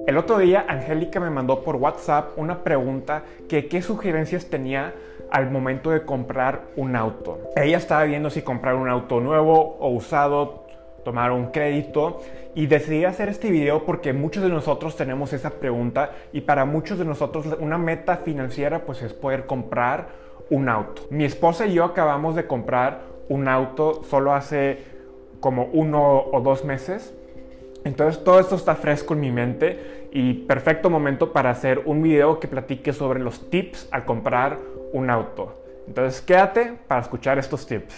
El otro día Angélica me mandó por WhatsApp una pregunta que qué sugerencias tenía al momento de comprar un auto. Ella estaba viendo si comprar un auto nuevo o usado, tomar un crédito, y decidí hacer este video porque muchos de nosotros tenemos esa pregunta y para muchos de nosotros una meta financiera pues es poder comprar un auto. Mi esposa y yo acabamos de comprar un auto solo hace como 1 o 2 meses. Entonces todo esto está fresco en mi mente y perfecto momento para hacer un video que platique sobre los tips al comprar un auto. Entonces quédate para escuchar estos tips.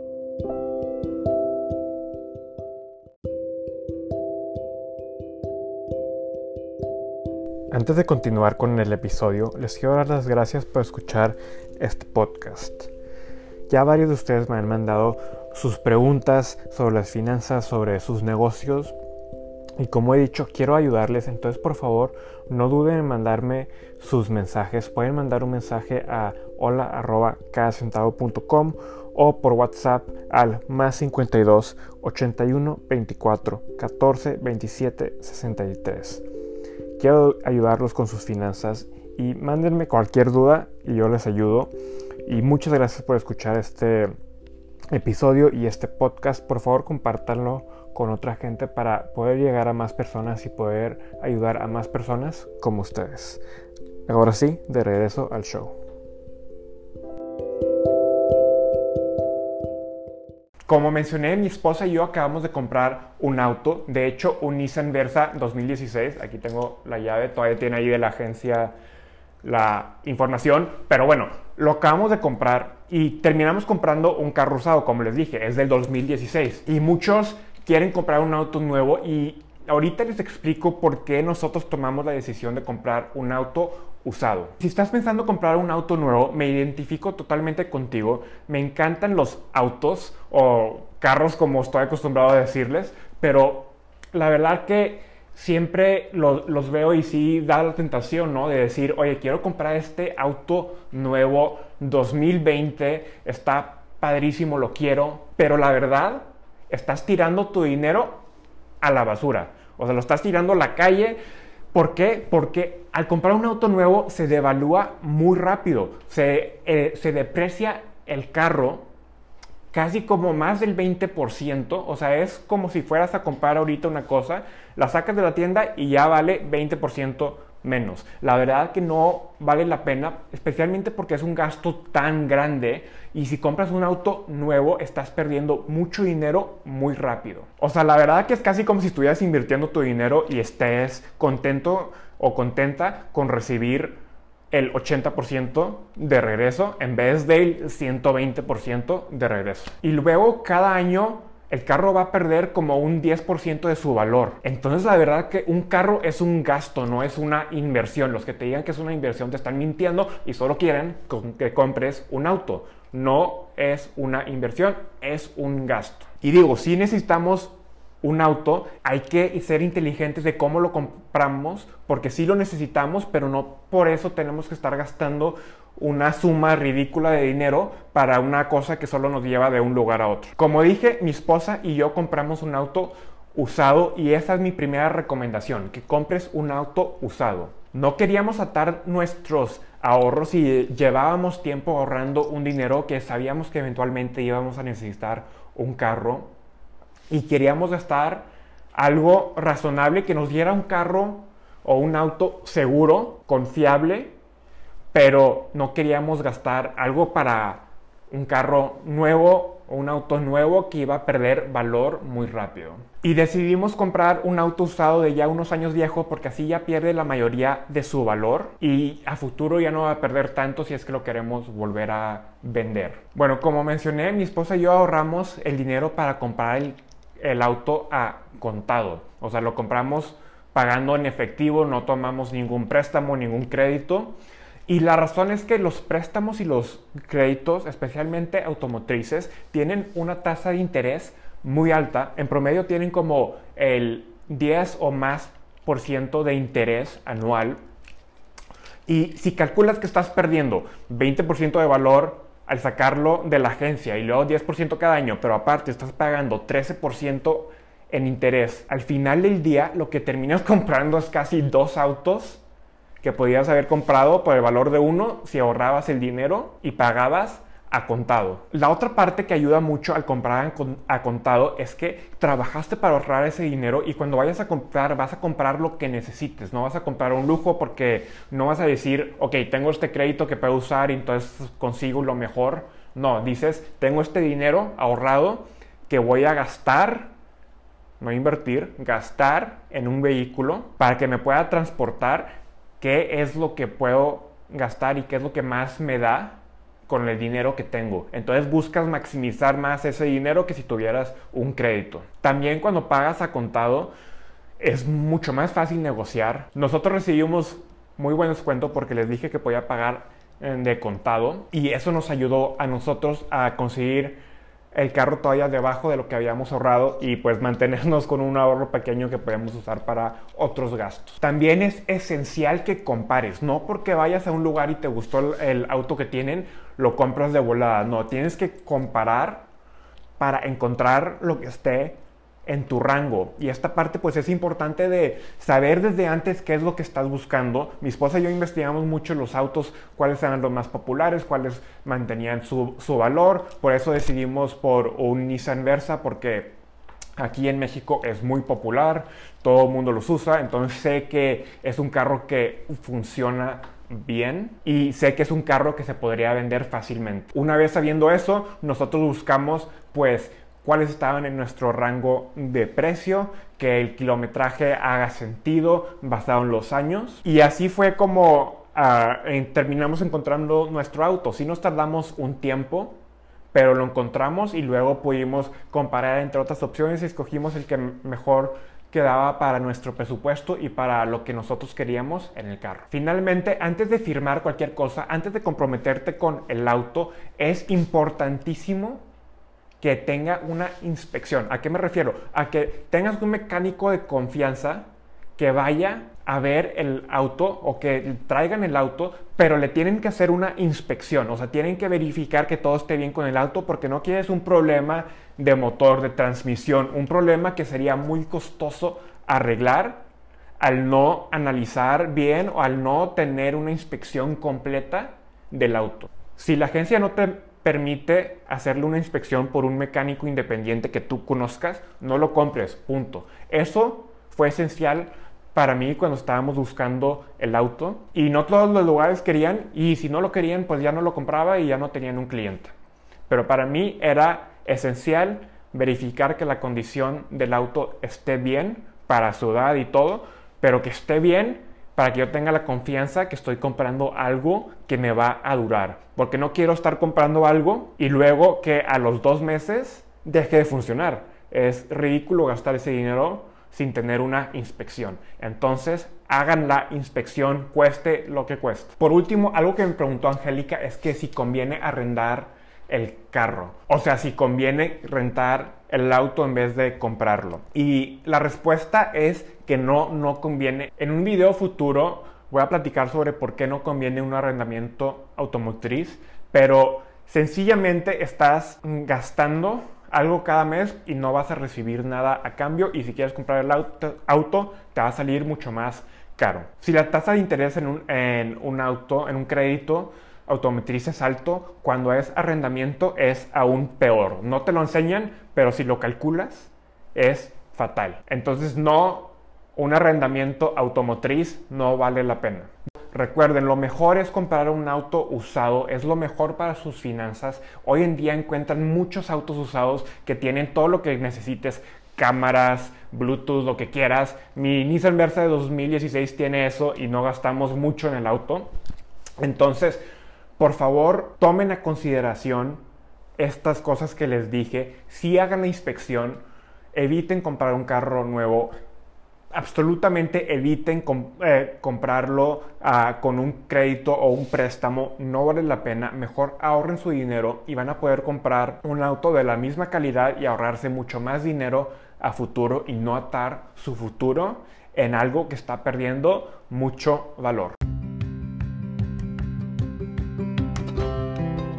Antes de continuar con el episodio, les quiero dar las gracias por escuchar este podcast. Ya varios de ustedes me han mandado sus preguntas sobre las finanzas, sobre sus negocios. Y como he dicho, quiero ayudarles, entonces por favor no duden en mandarme sus mensajes. Pueden mandar un mensaje a hola@cadacentavo.com o por WhatsApp al +52 81 24 14 27 63. Quiero ayudarlos con sus finanzas y mándenme cualquier duda y yo les ayudo. Y muchas gracias por escuchar este episodio y este podcast. Por favor, compártanlo con otra gente para poder llegar a más personas y poder ayudar a más personas como ustedes. Ahora sí, de regreso al show. Como mencioné, mi esposa y yo acabamos de comprar un auto, de hecho un Nissan Versa 2016. Aquí tengo la llave, todavía tiene ahí de la agencia la información, pero bueno, lo acabamos de comprar y terminamos comprando un carro usado, como les dije, es del 2016 y muchos quieren comprar un auto nuevo y ahorita les explico por qué nosotros tomamos la decisión de comprar un auto usado. Si estás pensando comprar un auto nuevo, me identifico totalmente contigo. Me encantan los autos o carros como estoy acostumbrado a decirles, pero la verdad que siempre los veo y sí da la tentación, ¿no? De decir, oye, quiero comprar este auto nuevo 2020, está padrísimo, lo quiero, pero la verdad, estás tirando tu dinero a la basura. O sea, lo estás tirando a la calle. ¿Por qué? Porque al comprar un auto nuevo se devalúa muy rápido. Se deprecia el carro casi como más del 20%. O sea, es como si fueras a comprar ahorita una cosa, la sacas de la tienda y ya vale 20% menos. La verdad que no vale la pena, especialmente porque es un gasto tan grande y si compras un auto nuevo estás perdiendo mucho dinero muy rápido. O sea, la verdad que es casi como si estuvieras invirtiendo tu dinero y estés contento o contenta con recibir el 80% de regreso en vez del 120% de regreso. Y luego cada año el carro va a perder como un 10% de su valor. Entonces la verdad que un carro es un gasto, no es una inversión. Los que te digan que es una inversión te están mintiendo y solo quieren que compres un auto. No es una inversión, es un gasto. Y digo, si necesitamos un auto, hay que ser inteligentes de cómo lo compramos, porque sí lo necesitamos, pero no por eso tenemos que estar gastando una suma ridícula de dinero para una cosa que solo nos lleva de un lugar a otro. Como dije, mi esposa y yo compramos un auto usado y esa es mi primera recomendación, que compres un auto usado. No queríamos atar nuestros ahorros y llevábamos tiempo ahorrando un dinero que sabíamos que eventualmente íbamos a necesitar un carro y queríamos gastar algo razonable que nos diera un carro o un auto seguro, confiable, pero no queríamos gastar algo para un carro nuevo o un auto nuevo que iba a perder valor muy rápido. Y decidimos comprar un auto usado de ya unos años viejo porque así ya pierde la mayoría de su valor y a futuro ya no va a perder tanto si es que lo queremos volver a vender. Bueno, como mencioné, mi esposa y yo ahorramos el dinero para comprar el auto a contado. O sea, lo compramos pagando en efectivo, no tomamos ningún préstamo, ningún crédito. Y la razón es que los préstamos y los créditos, especialmente automotrices, tienen una tasa de interés muy alta. En promedio tienen como el 10 o más por ciento de interés anual. Y si calculas que estás perdiendo 20% de valor al sacarlo de la agencia y luego 10% cada año, pero aparte estás pagando 13% en interés. Al final del día, lo que terminas comprando es casi 2 autos que podías haber comprado por el valor de uno si ahorrabas el dinero y pagabas a contado. La otra parte que ayuda mucho al comprar a contado es que trabajaste para ahorrar ese dinero y cuando vayas a comprar, vas a comprar lo que necesites. No vas a comprar un lujo porque no vas a decir, ok, tengo este crédito que puedo usar y entonces consigo lo mejor. No, dices, tengo este dinero ahorrado que voy a gastar, no invertir, gastar en un vehículo para que me pueda transportar. ¿Qué es lo que puedo gastar y qué es lo que más me da con el dinero que tengo? Entonces buscas maximizar más ese dinero que si tuvieras un crédito. También cuando pagas a contado es mucho más fácil negociar. Nosotros recibimos muy buen descuento porque les dije que podía pagar de contado y eso nos ayudó a nosotros a conseguir el carro todavía debajo de lo que habíamos ahorrado y pues mantenernos con un ahorro pequeño que podemos usar para otros gastos. También es esencial que compares, no porque vayas a un lugar y te gustó el auto que tienen, lo compras de volada. No, tienes que comparar para encontrar lo que esté en tu rango. Y esta parte pues es importante de saber desde antes qué es lo que estás buscando. Mi esposa y yo investigamos mucho los autos, cuáles eran los más populares, cuáles mantenían su valor. Por eso decidimos por un Nissan Versa, porque aquí en México es muy popular, todo el mundo los usa, entonces sé que es un carro que funciona bien y sé que es un carro que se podría vender fácilmente. Una vez sabiendo eso, nosotros buscamos pues cuáles estaban en nuestro rango de precio, que el kilometraje haga sentido basado en los años. Y así fue como terminamos encontrando nuestro auto. Sí nos tardamos un tiempo, pero lo encontramos y luego pudimos comparar entre otras opciones y escogimos el que mejor quedaba para nuestro presupuesto y para lo que nosotros queríamos en el carro. Finalmente, antes de firmar cualquier cosa, antes de comprometerte con el auto, es importantísimo que tenga una inspección. ¿A qué me refiero? A que tengas un mecánico de confianza que vaya a ver el auto o que traigan el auto, pero le tienen que hacer una inspección. O sea, tienen que verificar que todo esté bien con el auto porque no quieres un problema de motor, de transmisión, un problema que sería muy costoso arreglar al no analizar bien o al no tener una inspección completa del auto. Si la agencia no te permite hacerle una inspección por un mecánico independiente que tú conozcas, no lo compres, punto. Eso fue esencial para mí cuando estábamos buscando el auto y no todos los lugares querían y si no lo querían pues ya no lo compraba y ya no tenían un cliente. Pero para mí era esencial verificar que la condición del auto esté bien para su edad y todo, pero que esté bien para que yo tenga la confianza que estoy comprando algo que me va a durar. Porque no quiero estar comprando algo y luego que a los 2 meses deje de funcionar. Es ridículo gastar ese dinero sin tener una inspección. Entonces, hagan la inspección, cueste lo que cueste. Por último, algo que me preguntó Angélica es que si conviene arrendar el carro. O sea, si conviene rentar el auto en vez de comprarlo. Y la respuesta es que no conviene. En un video futuro voy a platicar sobre por qué no conviene un arrendamiento automotriz, pero sencillamente estás gastando algo cada mes y no vas a recibir nada a cambio y si quieres comprar el auto te va a salir mucho más caro. Si la tasa de interés en un auto, en un crédito automotriz es alto, cuando es arrendamiento es aún peor. No te lo enseñan, pero si lo calculas es fatal. Entonces un arrendamiento automotriz no vale la pena. Recuerden, lo mejor es comprar un auto usado, es lo mejor para sus finanzas. Hoy en día encuentran muchos autos usados que tienen todo lo que necesites, cámaras, Bluetooth, lo que quieras. Mi Nissan Versa de 2016 tiene eso y no gastamos mucho en el auto. Entonces, por favor, tomen a consideración estas cosas que les dije. Sí hagan la inspección, eviten comprar un carro nuevo. Absolutamente eviten comprarlo con un crédito o un préstamo, no vale la pena. Mejor ahorren su dinero y van a poder comprar un auto de la misma calidad y ahorrarse mucho más dinero a futuro y no atar su futuro en algo que está perdiendo mucho valor.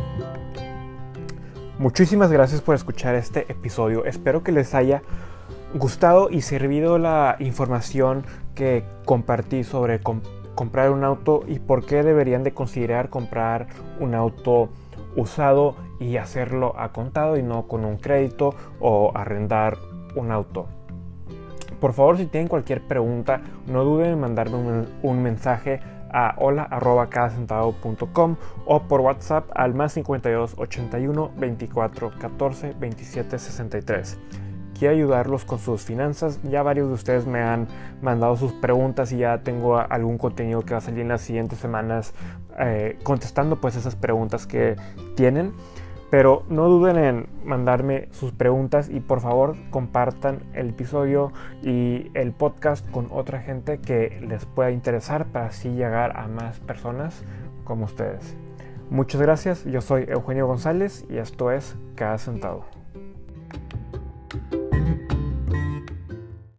Muchísimas gracias por escuchar este episodio. Espero que les haya gustado y servido la información que compartí sobre comprar un auto y por qué deberían de considerar comprar un auto usado y hacerlo a contado y no con un crédito o arrendar un auto. Por favor, si tienen cualquier pregunta, no duden en mandarme un mensaje a hola@cadacentavo.com o por WhatsApp al +52 81 24 14 27 63. Quiero ayudarlos con sus finanzas. Ya varios de ustedes me han mandado sus preguntas y ya tengo algún contenido que va a salir en las siguientes semanas contestando pues esas preguntas que tienen. Pero no duden en mandarme sus preguntas y por favor compartan el episodio y el podcast con otra gente que les pueda interesar para así llegar a más personas como ustedes. Muchas gracias, yo soy Eugenio González y esto es Cada Centavo.